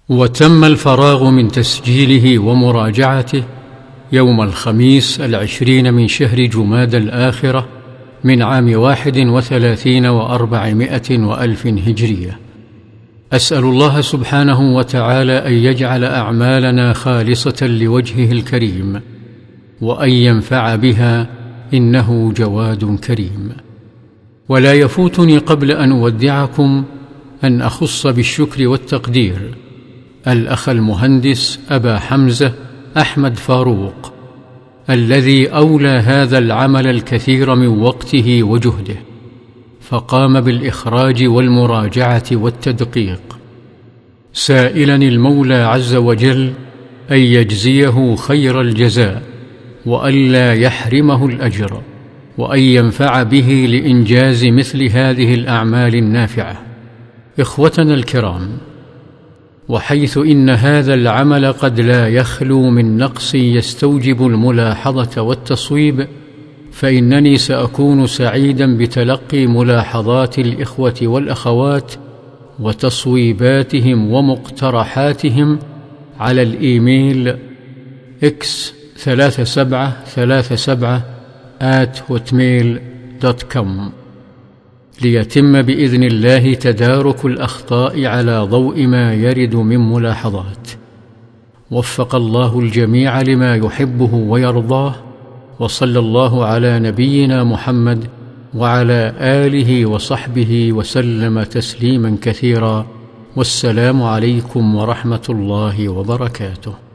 وتم الفراغ من تسجيله ومراجعته يوم الخميس 20 من شهر جمادى الآخرة من عام 31 و400 وألف هجرية. أسأل الله سبحانه وتعالى أن يجعل أعمالنا خالصة لوجهه الكريم، وأن ينفع بها، إنه جواد كريم. ولا يفوتني قبل أن أودعكم أن أخص بالشكر والتقدير الأخ المهندس أبا حمزة أحمد فاروق، الذي أولى هذا العمل الكثير من وقته وجهده، فقام بالإخراج والمراجعة والتدقيق، سائلا المولى عز وجل أن يجزيه خير الجزاء، وألا يحرمه الأجر، وأن ينفع به لإنجاز مثل هذه الأعمال النافعة. إخوتنا الكرام، وحيث إن هذا العمل قد لا يخلو من نقص يستوجب الملاحظة والتصويب، فإنني سأكون سعيدا بتلقي ملاحظات الإخوة والأخوات وتصويباتهم ومقترحاتهم على الإيميل x3737@hotmail.com، ليتم بإذن الله تدارك الأخطاء على ضوء ما يرد من ملاحظات. وفق الله الجميع لما يحبه ويرضاه، وصلى الله على نبينا محمد وعلى آله وصحبه وسلم تسليما كثيرا. والسلام عليكم ورحمة الله وبركاته.